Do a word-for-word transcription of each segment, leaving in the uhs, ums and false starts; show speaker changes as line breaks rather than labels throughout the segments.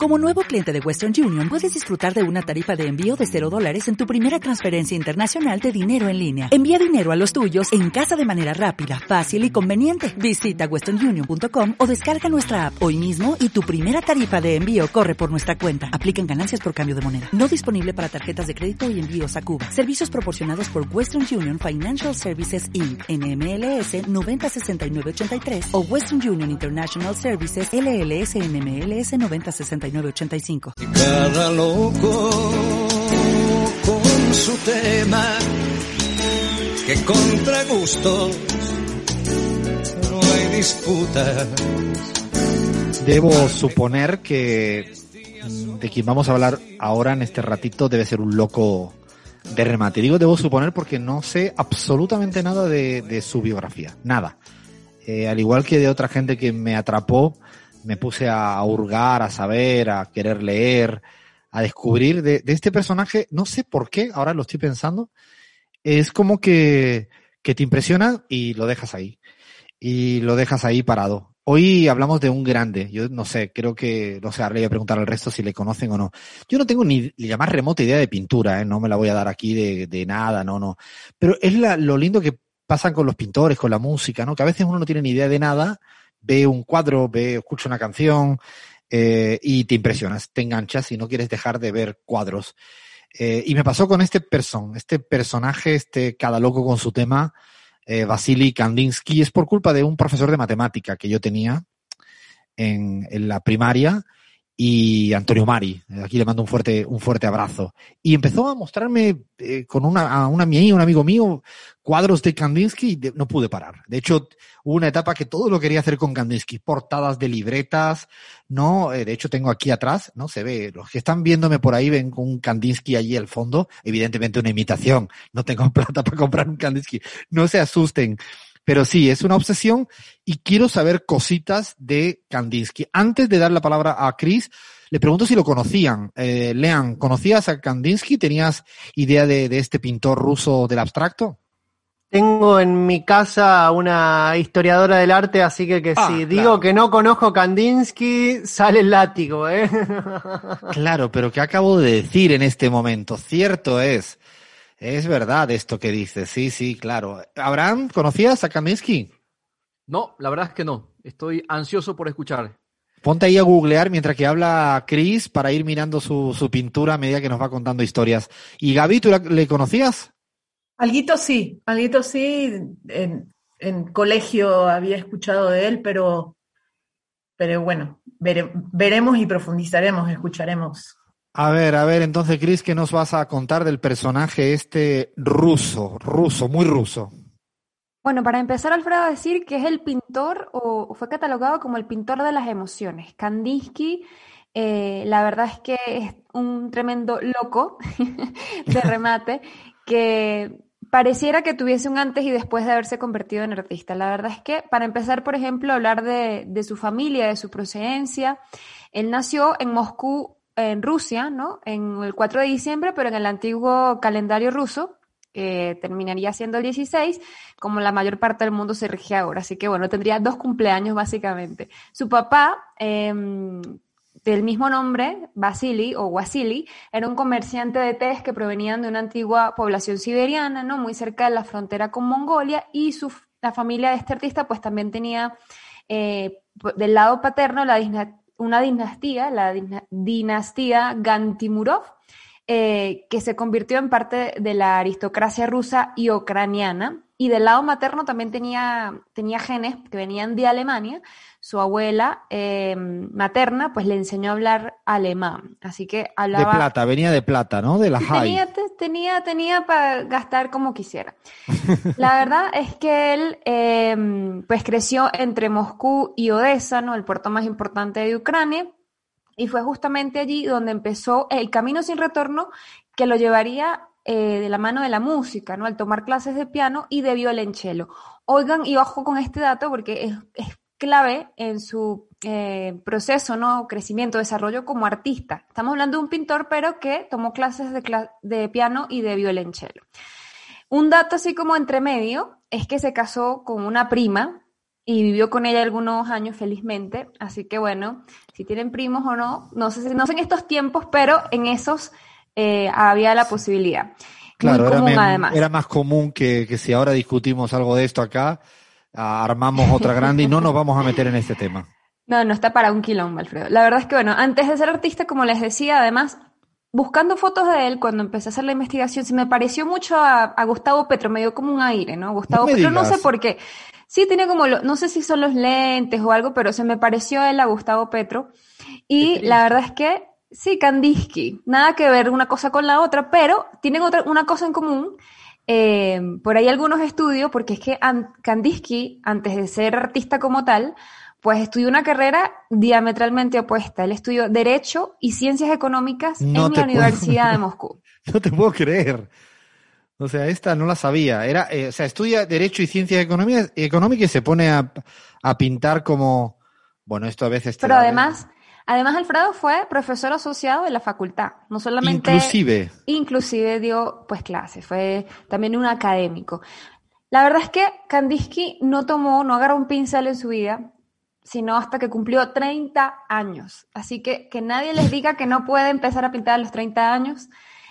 Como nuevo cliente de Western Union, puedes disfrutar de una tarifa de envío de cero dólares en tu primera transferencia internacional de dinero en línea. Envía dinero a los tuyos en casa de manera rápida, fácil y conveniente. Visita western union punto com o descarga nuestra app hoy mismo y tu primera tarifa de envío corre por nuestra cuenta. Aplican ganancias por cambio de moneda. No disponible para tarjetas de crédito y envíos a Cuba. Servicios proporcionados por Western Union Financial Services Incorporated. N M L S noventa sesenta y nueve ochenta y tres o Western Union International Services L L S N M L S noventa sesenta y nueve ochenta y cinco.
Cada loco con su tema, que contra gustos no hay disputa.
Debo suponer que de quien vamos a hablar ahora en este ratito debe ser un loco de remate. Digo debo suponer porque no sé absolutamente nada de, de su biografía, nada. Eh, al igual que de otra gente que me atrapó, me puse a hurgar, a saber, a querer leer, a descubrir de, de este personaje. No sé por qué, ahora lo estoy pensando. Es como que, que te impresiona y lo dejas ahí. Y lo dejas ahí parado. Hoy hablamos de un grande. Yo no sé, creo que, no sé, ahora le voy a preguntar al resto si le conocen o no. Yo no tengo ni la más remota idea de pintura, ¿eh? No me la voy a dar aquí de, de nada, no, no. Pero es la, lo lindo que pasan con los pintores, con la música, ¿no? Que a veces uno no tiene ni idea de nada, ve un cuadro, ve, escucha una canción, eh, y te impresionas, te enganchas y no quieres dejar de ver cuadros. Eh, y me pasó con este person, este personaje, este cada loco con su tema, eh, Vasily Kandinsky. Es por culpa de un profesor de matemática que yo tenía en, en la primaria, y Antonio Mari, aquí le mando un fuerte, un fuerte abrazo. Y empezó a mostrarme eh, con una, a una mía, un amigo mío, cuadros de Kandinsky y de, no pude parar. De hecho, hubo una etapa que todo lo quería hacer con Kandinsky, portadas de libretas, ¿no? Eh, de hecho, tengo aquí atrás, ¿no? Se ve, los que están viéndome por ahí ven un Kandinsky allí al fondo, evidentemente una imitación. No tengo plata para comprar un Kandinsky. No se asusten. Pero sí, es una obsesión y quiero saber cositas de Kandinsky. Antes de dar la palabra a Chris, le pregunto si lo conocían. Eh, Lean, ¿conocías a Kandinsky? ¿Tenías idea de, de este pintor ruso del abstracto?
Tengo en mi casa una historiadora del arte, así que, que ah, si claro. digo que no conozco Kandinsky, sale el látigo, ¿eh?
Claro, pero ¿qué acabo de decir en este momento? Cierto es. Es verdad esto que dices, sí, sí, claro. Abraham, ¿conocías a Kandinsky?
No, la verdad es que no. Estoy ansioso por escuchar.
Ponte ahí a googlear mientras que habla Chris para ir mirando su, su pintura a medida que nos va contando historias. ¿Y Gaby, tú la, le conocías?
Alguito sí, alguito sí. En, en colegio había escuchado de él, pero, pero bueno, vere, veremos y profundizaremos, escucharemos.
A ver, a ver, entonces, Chris, ¿qué nos vas a contar del personaje este ruso, ruso, muy ruso?
Bueno, para empezar, Alfredo, a decir que es el pintor, o fue catalogado como el pintor de las emociones. Kandinsky, eh, la verdad es que es un tremendo loco de remate, que pareciera que tuviese un antes y después de haberse convertido en artista. La verdad es que, para empezar, por ejemplo, hablar de, de su familia, de su procedencia, él nació en Moscú, en Rusia, ¿no? En el cuatro de diciembre, pero en el antiguo calendario ruso, que terminaría siendo el dieciséis, como la mayor parte del mundo se rige ahora. Así que, bueno, tendría dos cumpleaños, básicamente. Su papá, eh, del mismo nombre, Vasily, o Wasily, era un comerciante de tés que provenían de una antigua población siberiana, ¿no? Muy cerca de la frontera con Mongolia, y su, la familia de este artista, pues, también tenía, eh, del lado paterno, la dinastía, una dinastía, la dinastía Gantimurov, eh, que se convirtió en parte de la aristocracia rusa y ucraniana, y del lado materno también tenía, tenía genes que venían de Alemania. Su abuela eh, materna pues le enseñó a hablar alemán, así que hablaba...
De plata, venía de plata, ¿no? De la high.
Tenía, tenía, tenía para gastar como quisiera. La verdad es que él eh, pues creció entre Moscú y Odessa, ¿no? El puerto más importante de Ucrania, y fue justamente allí donde empezó el camino sin retorno que lo llevaría eh, de la mano de la música, ¿no? Al tomar clases de piano y de violonchelo. Oigan, y ojo con este dato porque es, es clave en su eh, proceso, ¿no? Crecimiento, desarrollo como artista. Estamos hablando de un pintor, pero que tomó clases de, cl- de piano y de violonchelo. Un dato así como entre medio es que se casó con una prima y vivió con ella algunos años felizmente, así que bueno, si tienen primos o no, no sé, no sé en estos tiempos, pero en esos eh, había la posibilidad.
Claro,
Muy común,
era,
además.
era más común que, que si ahora discutimos algo de esto acá, armamos otra grande y no nos vamos a meter en este tema.
No, no está para un quilombo, Alfredo. La verdad es que, bueno, antes de ser artista, como les decía, además, buscando fotos de él, cuando empecé a hacer la investigación, se me pareció mucho a, a Gustavo Petro, me dio como un aire, ¿no? Gustavo
No me
Petro, no
digas.
sé por qué. Sí, tenía como, lo- no sé si son los lentes o algo, pero se me pareció a él a Gustavo Petro. Y
triste.
la verdad es que, sí, Kandinsky, nada que ver una cosa con la otra, pero tienen otra, una cosa en común. Eh, por ahí algunos estudios, porque es que An- Kandinsky, antes de ser artista como tal, pues estudió una carrera diametralmente opuesta. Él estudió Derecho y Ciencias Económicas
No
en
te
la
puedo-
Universidad de Moscú.
No te puedo creer. O sea, esta no la sabía. Era, eh, o sea, estudia Derecho y Ciencias Económicas, Económicas y se pone a, a pintar como, bueno, esto a veces te
Pero
da-
además, además Alfredo fue profesor asociado de la facultad. No solamente...
Inclusive.
Inclusive dio pues clases, fue también un académico. La verdad es que Kandinsky no tomó, no agarró un pincel en su vida, sino hasta que cumplió treinta años. Así que que nadie les diga que no puede empezar a pintar a los treinta años.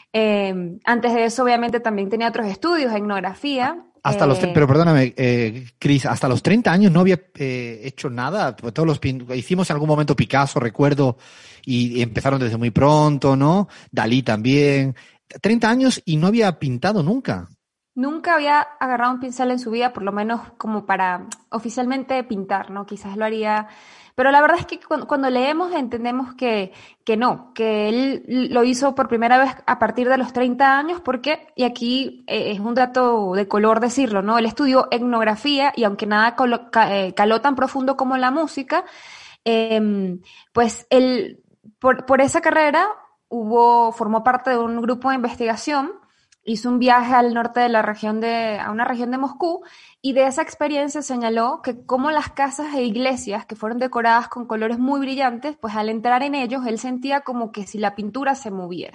Eh, antes de eso, obviamente, también tenía otros estudios, etnografía.
Hasta los, tre-
eh,
pero perdóname, eh, Cris, hasta los treinta años no había eh, hecho nada. Pues todos los pin- hicimos en algún momento Picasso, recuerdo, y, y empezaron desde muy pronto, ¿no? Dalí también. treinta años y no había pintado nunca.
Nunca había agarrado un pincel en su vida, por lo menos como para oficialmente pintar, ¿no? Quizás lo haría. Pero la verdad es que cuando, cuando leemos entendemos que, que no, que él lo hizo por primera vez a partir de los treinta años, porque, y aquí eh, es un dato de color decirlo, ¿no? Él estudió etnografía y aunque nada colo- ca- eh, caló tan profundo como la música, eh, pues él, por, por esa carrera, hubo, formó parte de un grupo de investigación. Hizo un viaje al norte de la región de, a una región de Moscú, y de esa experiencia señaló que como las casas e iglesias que fueron decoradas con colores muy brillantes, pues al entrar en ellos él sentía como que si la pintura se moviera.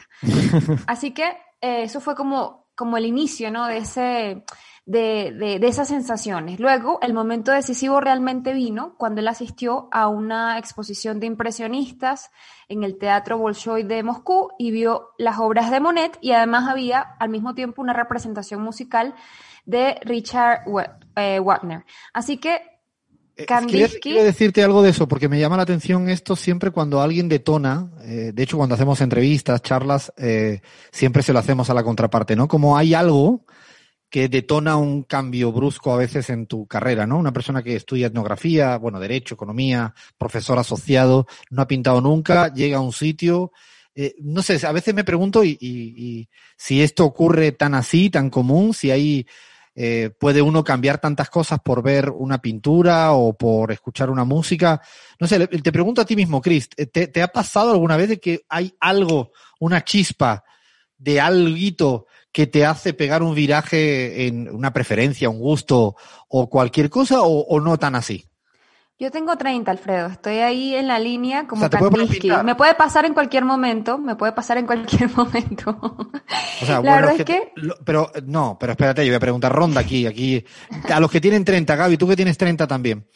Así que eh, eso fue como, como el inicio, ¿no? de ese, de, de, de esas sensaciones. Luego, el momento decisivo realmente vino cuando él asistió a una exposición de impresionistas en el Teatro Bolshoi de Moscú y vio las obras de Monet, y además había al mismo tiempo una representación musical de Richard Wa- eh, Wagner. Así que
Eh,
Kandinsky...
Quería, quería decirte algo de eso, porque me llama la atención esto siempre cuando alguien detona. Eh, de hecho, cuando hacemos entrevistas, charlas, eh, siempre se lo hacemos a la contraparte, ¿no? Como hay algo que detona un cambio brusco a veces en tu carrera, ¿no? Una persona que estudia etnografía, bueno, derecho, economía, profesor asociado, no ha pintado nunca, llega a un sitio, eh, no sé, a veces me pregunto y, y, y si esto ocurre tan así, tan común, si hay, eh, puede uno cambiar tantas cosas por ver una pintura o por escuchar una música. No sé, le- te pregunto a ti mismo, Chris, ¿te, te ha pasado alguna vez de que hay algo, una chispa de alguito que te hace pegar un viraje en una preferencia, un gusto o cualquier cosa, o, o no tan así?
Yo tengo treinta, Alfredo. Estoy ahí en la línea como
O sea, ¿te puede poner a
Kandinsky.
pintar?
Me puede pasar en cualquier momento, me puede pasar en cualquier momento.
O sea,
La
bueno,
verdad
es
es
que,
que-
lo- pero no, pero espérate, yo voy a preguntar ronda aquí, aquí, a los que tienen treinta, Gaby, tú que tienes treinta también.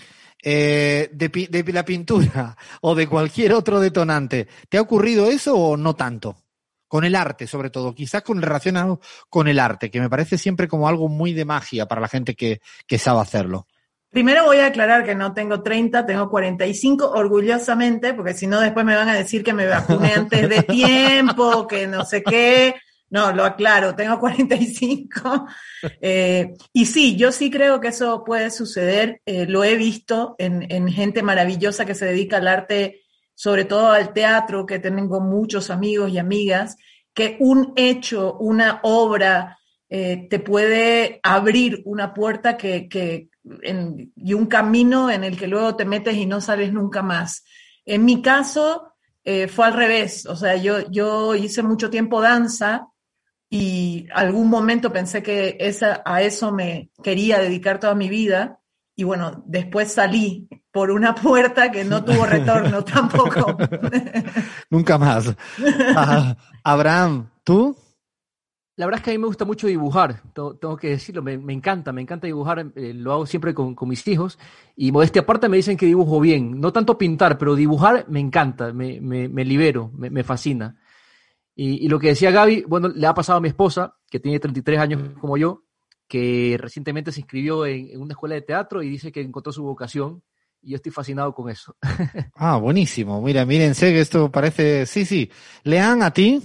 Eh, de, pi- de la pintura o de cualquier otro detonante, ¿te ha ocurrido eso o no tanto? Con el arte, sobre todo, quizás con relacionado con el arte, que me parece siempre como algo muy de magia para la gente que, que sabe hacerlo.
Primero voy a aclarar que no tengo treinta, tengo cuarenta y cinco, orgullosamente, porque si no después me van a decir que me vacuné antes de tiempo, que no sé qué. No, lo aclaro, tengo cuarenta y cinco. Eh, y sí, yo sí creo que eso puede suceder, eh, lo he visto en, en gente maravillosa que se dedica al arte, sobre todo al teatro, que tengo muchos amigos y amigas, que un hecho, una obra, eh, te puede abrir una puerta que, que en, y un camino en el que luego te metes y no sales nunca más. En mi caso, eh, fue al revés. O sea, yo, yo hice mucho tiempo danza y algún momento pensé que esa, a eso me quería dedicar toda mi vida. Y bueno, después salí por una puerta que no tuvo retorno tampoco.
Nunca más. Ah, Abraham, ¿tú?
La verdad es que a mí me gusta mucho dibujar, tengo, tengo que decirlo, me, me encanta, me encanta dibujar, eh, lo hago siempre con, con mis hijos, y modestia aparte me dicen que dibujo bien, no tanto pintar, pero dibujar me encanta, me, me, me libero, me, me fascina. Y, y lo que decía Gaby, bueno, le ha pasado a mi esposa, que tiene treinta y tres años como yo, que recientemente se inscribió en, en una escuela de teatro y dice que encontró su vocación, y yo estoy fascinado con eso.
Ah, buenísimo, mira, mírense que esto parece, sí, sí, Lean, ¿a ti?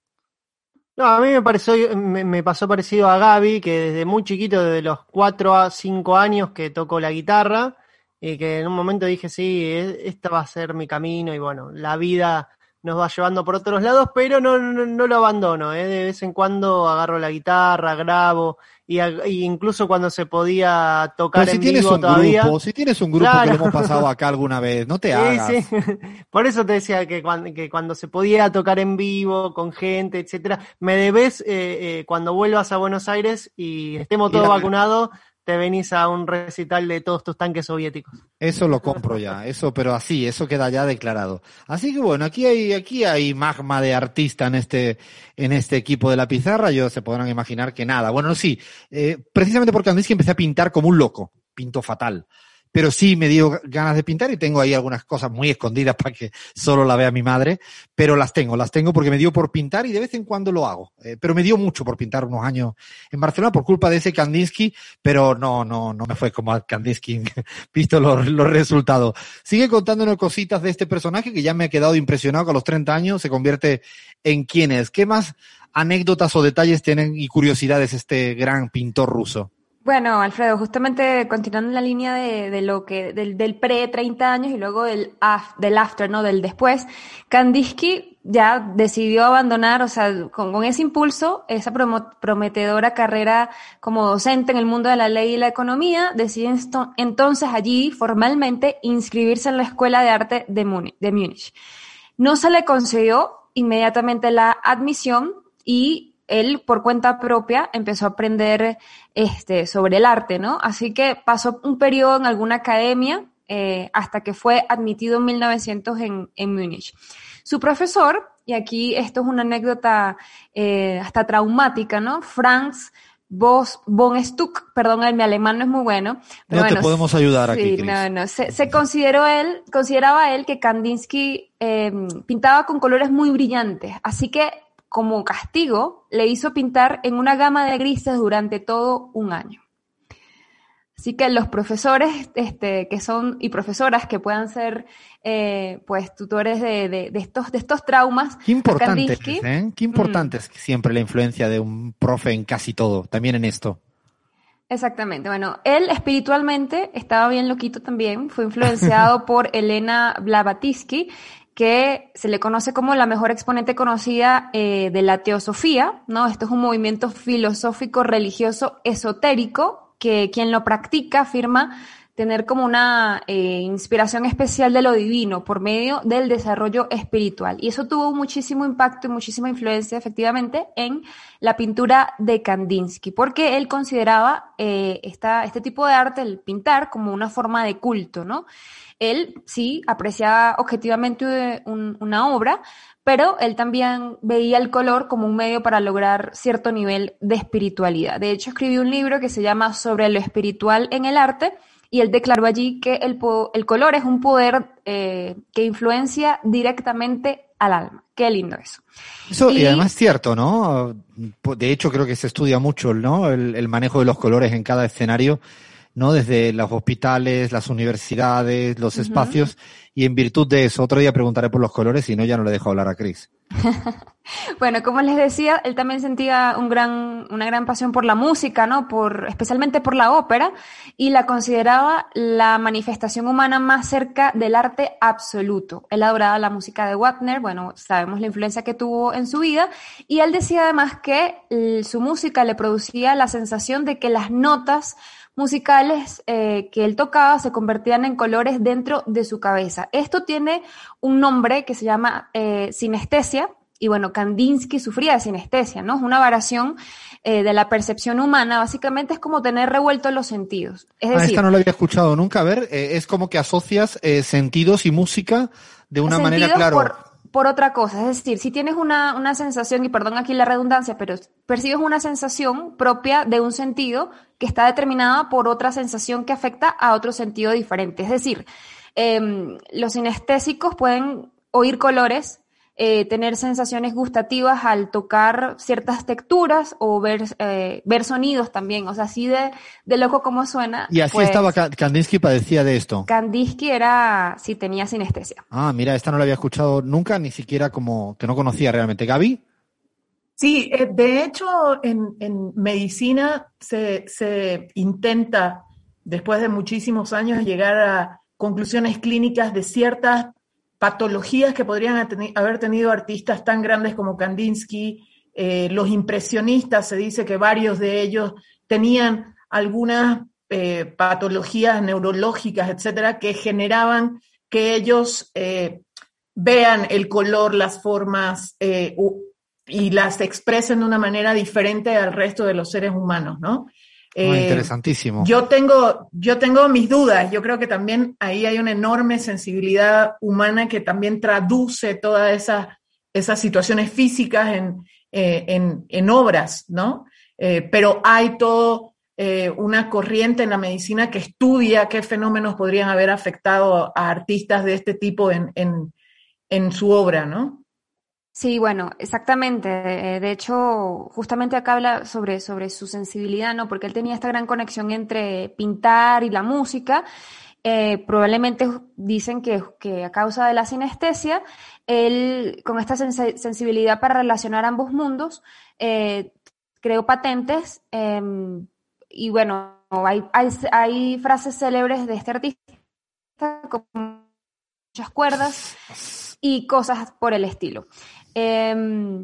No, a mí me pareció, me, me pasó parecido a Gaby, que desde muy chiquito, desde los cuatro a cinco años que tocó la guitarra, y que en un momento dije, sí, esta va a ser mi camino, y bueno, la vida nos va llevando por otros lados, pero no, no, no lo abandono, ¿eh? De vez en cuando agarro la guitarra, grabo, y, y incluso cuando se podía tocar
si
en
tienes
vivo
un
todavía.
Grupo, si tienes un grupo
Claro.
que lo hemos pasado acá alguna vez, no te
Sí,
hagas.
sí. Por eso te decía que cuando, que cuando se podía tocar en vivo, con gente, etcétera, me debes, eh, eh, cuando vuelvas a Buenos Aires y estemos todos
Ir a ver.
vacunados, te venís a un recital de todos tus tanques soviéticos.
Eso lo compro ya, eso, pero así, eso queda ya declarado. Así que bueno, aquí hay, aquí hay magma de artista en este, en este equipo de la pizarra. Yo se podrán imaginar que nada. Bueno, sí, eh, precisamente por Kandinsky empecé a pintar como un loco, pinto fatal. Pero sí me dio ganas de pintar y tengo ahí algunas cosas muy escondidas para que solo la vea mi madre, pero las tengo, las tengo porque me dio por pintar y de vez en cuando lo hago. Eh, pero me dio mucho por pintar unos años en Barcelona por culpa de ese Kandinsky, pero no, no, no me fue como a Kandinsky, visto los, los resultados. Sigue contándonos cositas de este personaje que ya me he quedado impresionado que a los treinta años se convierte en quién es. ¿Qué más anécdotas o detalles tienen y curiosidades este gran pintor ruso?
Bueno, Alfredo, justamente continuando en la línea de, de lo que, del, del pre treinta años y luego del, af, del after, ¿no? Del después, Kandinsky ya decidió abandonar, o sea, con, con ese impulso, esa promo, prometedora carrera como docente en el mundo de la ley y la economía, decide esto, entonces allí formalmente inscribirse en la Escuela de Arte de Múnich, de Múnich. No se le concedió inmediatamente la admisión y él, por cuenta propia, empezó a aprender este, sobre el arte, ¿no? Así que pasó un periodo en alguna academia eh, hasta que fue admitido en mil novecientos en, en Múnich. Su profesor, y aquí esto es una anécdota eh, hasta traumática, ¿no? Franz Vos, von Stuck, perdón, mi alemán no es muy bueno. Pero
no
bueno,
te podemos ayudar
sí,
aquí, Cris.
No, no, se, se consideró él, consideraba él que Kandinsky eh, pintaba con colores muy brillantes, así que como castigo, le hizo pintar en una gama de grises durante todo un año. Así que los profesores este, que son y profesoras que puedan ser eh, pues tutores de, de, de, estos, de estos traumas.
Qué importante es,
Kandinsky,
¿eh? Qué importante
mm.
es siempre la influencia de un profe en casi todo, también en esto.
Exactamente. Bueno, él espiritualmente estaba bien loquito también. Fue influenciado por Elena Blavatsky, que se le conoce como la mejor exponente conocida eh, de la teosofía, ¿no? Esto es un movimiento filosófico religioso esotérico que quien lo practica afirma tener como una eh, inspiración especial de lo divino por medio del desarrollo espiritual. Y eso tuvo muchísimo impacto y muchísima influencia efectivamente en la pintura de Kandinsky, porque él consideraba eh, esta, este tipo de arte, el pintar, como una forma de culto, ¿no? Él sí apreciaba objetivamente un, una obra, pero él también veía el color como un medio para lograr cierto nivel de espiritualidad. De hecho, escribió un libro que se llama Sobre lo espiritual en el arte, y él declaró allí que el, el color es un poder eh, que influencia directamente al alma. Qué lindo eso.
Eso, y,
y
además es cierto, ¿no? De hecho, creo que se estudia mucho, ¿no? El, el manejo de los colores en cada escenario, ¿no? Desde los hospitales, las universidades, los uh-huh. espacios, y en virtud de eso, otro día preguntaré por los colores, si no ya no le dejo hablar a Cris.
Bueno, como les decía, él también sentía un gran, una gran pasión por la música, ¿no? Por, especialmente por la ópera, y la consideraba la manifestación humana más cerca del arte absoluto. Él adoraba la música de Wagner, bueno, sabemos la influencia que tuvo en su vida, y él decía además que eh, su música le producía la sensación de que las notas musicales eh, que él tocaba se convertían en colores dentro de su cabeza. Esto tiene un nombre que se llama eh, sinestesia, y bueno, Kandinsky sufría de sinestesia, ¿no? Es una variación eh, de la percepción humana, básicamente es como tener revueltos los sentidos. Es decir,
ah, esta no la había escuchado nunca, a ver, eh, es como que asocias eh, sentidos y música de una manera, claro.
Por, por otra cosa. Es decir, si tienes una, una sensación, y perdón aquí la redundancia, pero percibes una sensación propia de un sentido que está determinada por otra sensación que afecta a otro sentido diferente. Es decir, eh, los sinestésicos pueden oír colores, Eh, tener sensaciones gustativas al tocar ciertas texturas o ver, eh, ver sonidos también, o sea, así de, de loco como suena.
Y así
pues,
estaba Kandinsky, padecía de esto.
Kandinsky era, sí, tenía sinestesia.
Ah, mira, esta no la había escuchado nunca, ni siquiera como que no conocía realmente. ¿Gaby?
Sí, eh, de hecho, en, en medicina se, se intenta, después de muchísimos años, llegar a conclusiones clínicas de ciertas patologías que podrían haber tenido artistas tan grandes como Kandinsky. Eh, los impresionistas, se dice que varios de ellos tenían algunas eh, patologías neurológicas, etcétera, que generaban que ellos eh, vean el color, las formas eh, y las expresen de una manera diferente al resto de los seres humanos, ¿no?
Eh, oh, interesantísimo.
Yo tengo, yo tengo mis dudas. Yo creo que también ahí hay una enorme sensibilidad humana que también traduce todas esas, esas situaciones físicas en, eh, en, en obras, ¿no? Eh, pero hay todo eh, una corriente en la medicina que estudia qué fenómenos podrían haber afectado a artistas de este tipo en, en, en su obra, ¿no?
Sí, bueno, exactamente. De hecho, justamente acá habla sobre, sobre su sensibilidad, ¿no? Porque él tenía esta gran conexión entre pintar y la música. Eh, probablemente dicen que, que a causa de la sinestesia, él, con esta sens- sensibilidad para relacionar ambos mundos, eh, creó patentes. Eh, y bueno, hay, hay, hay frases célebres de este artista, como muchas cuerdas y cosas por el estilo. Eh,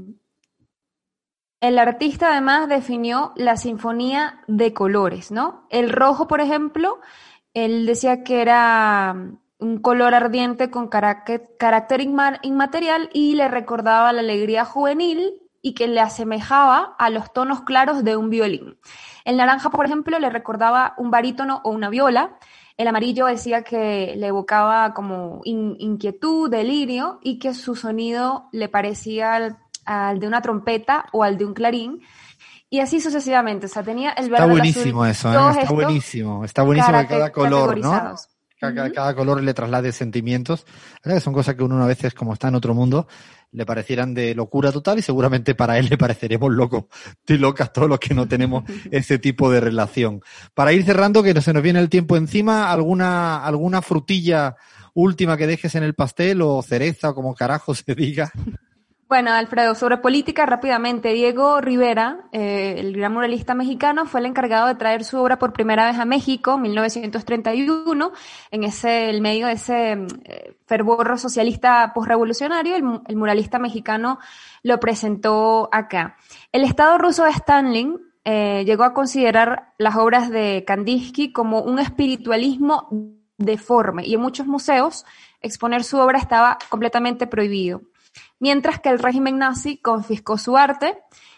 el artista además definió la sinfonía de colores, ¿no? El rojo, por ejemplo, él decía que era un color ardiente con carácter, carácter inma- inmaterial y le recordaba la alegría juvenil y que le asemejaba a los tonos claros de un violín. El naranja, por ejemplo, le recordaba un barítono o una viola. El amarillo decía que le evocaba como in, inquietud, delirio, y que su sonido le parecía al, al de una trompeta o al de un clarín, y así sucesivamente. O sea, tenía el verde,
está buenísimo
el azul,
eso, ¿eh? Está buenísimo. Está buenísimo que cada color, ¿no? Cada, uh-huh. cada color le traslade sentimientos. Que son cosas que uno a veces, como está en otro mundo, le parecieran de locura total, y seguramente para él le pareceremos locos y locas todos los que no tenemos ese tipo de relación. Para ir cerrando, que no se nos viene el tiempo encima, ¿alguna, alguna frutilla última que dejes en el pastel, o cereza, o como carajo se diga?
Bueno, Alfredo, sobre política rápidamente. Diego Rivera, eh, el gran muralista mexicano, fue el encargado de traer su obra por primera vez a México en mil novecientos treinta y uno, en ese, el medio de ese eh, fervor socialista posrevolucionario. El, el muralista mexicano lo presentó acá. El Estado ruso de Stalin eh, llegó a considerar las obras de Kandinsky como un espiritualismo deforme, y en muchos museos exponer su obra estaba completamente prohibido. Mientras que el régimen nazi confiscó su arte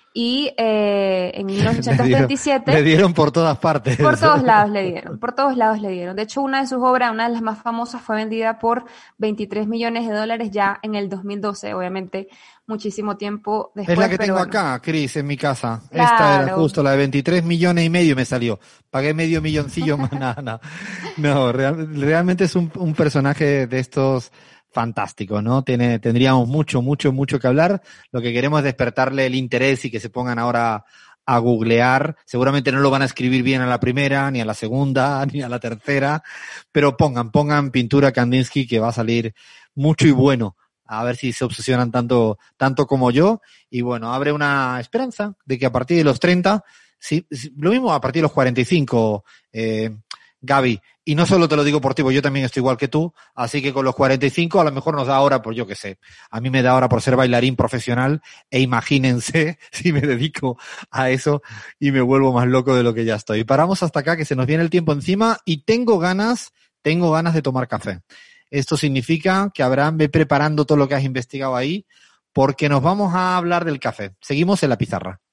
y eh, en mil novecientos treinta y siete...
Le, dio, le dieron por todas partes.
Por todos lados le dieron, por todos lados le dieron. De hecho, una de sus obras, una de las más famosas, fue vendida por veintitrés millones de dólares ya en el dos mil doce, obviamente muchísimo tiempo después.
Es la que tengo
bueno.
acá, Cris, en mi casa.
Claro.
Esta era justo, la de veintitrés millones y medio me salió. Pagué medio milloncillo más, nada, nada. No, real, realmente es un, un personaje de estos... fantástico, ¿no? Tiene, tendríamos mucho, mucho, mucho que hablar. Lo que queremos es despertarle el interés y que se pongan ahora a googlear. Seguramente no lo van a escribir bien a la primera, ni a la segunda, ni a la tercera, pero pongan, pongan pintura Kandinsky, que va a salir mucho y bueno. A ver si se obsesionan tanto, tanto como yo. Y bueno, abre una esperanza de que a partir de los treinta, sí, lo mismo a partir de los cuarenta y cinco, eh, Gaby, y no solo te lo digo por ti, porque yo también estoy igual que tú, así que con los cuarenta y cinco a lo mejor nos da ahora, por yo qué sé, a mí me da ahora por ser bailarín profesional, e imagínense si me dedico a eso y me vuelvo más loco de lo que ya estoy. Paramos hasta acá, que se nos viene el tiempo encima, y tengo ganas, tengo ganas de tomar café. Esto significa que Abraham, ve preparando todo lo que has investigado ahí, porque nos vamos a hablar del café. Seguimos en la pizarra.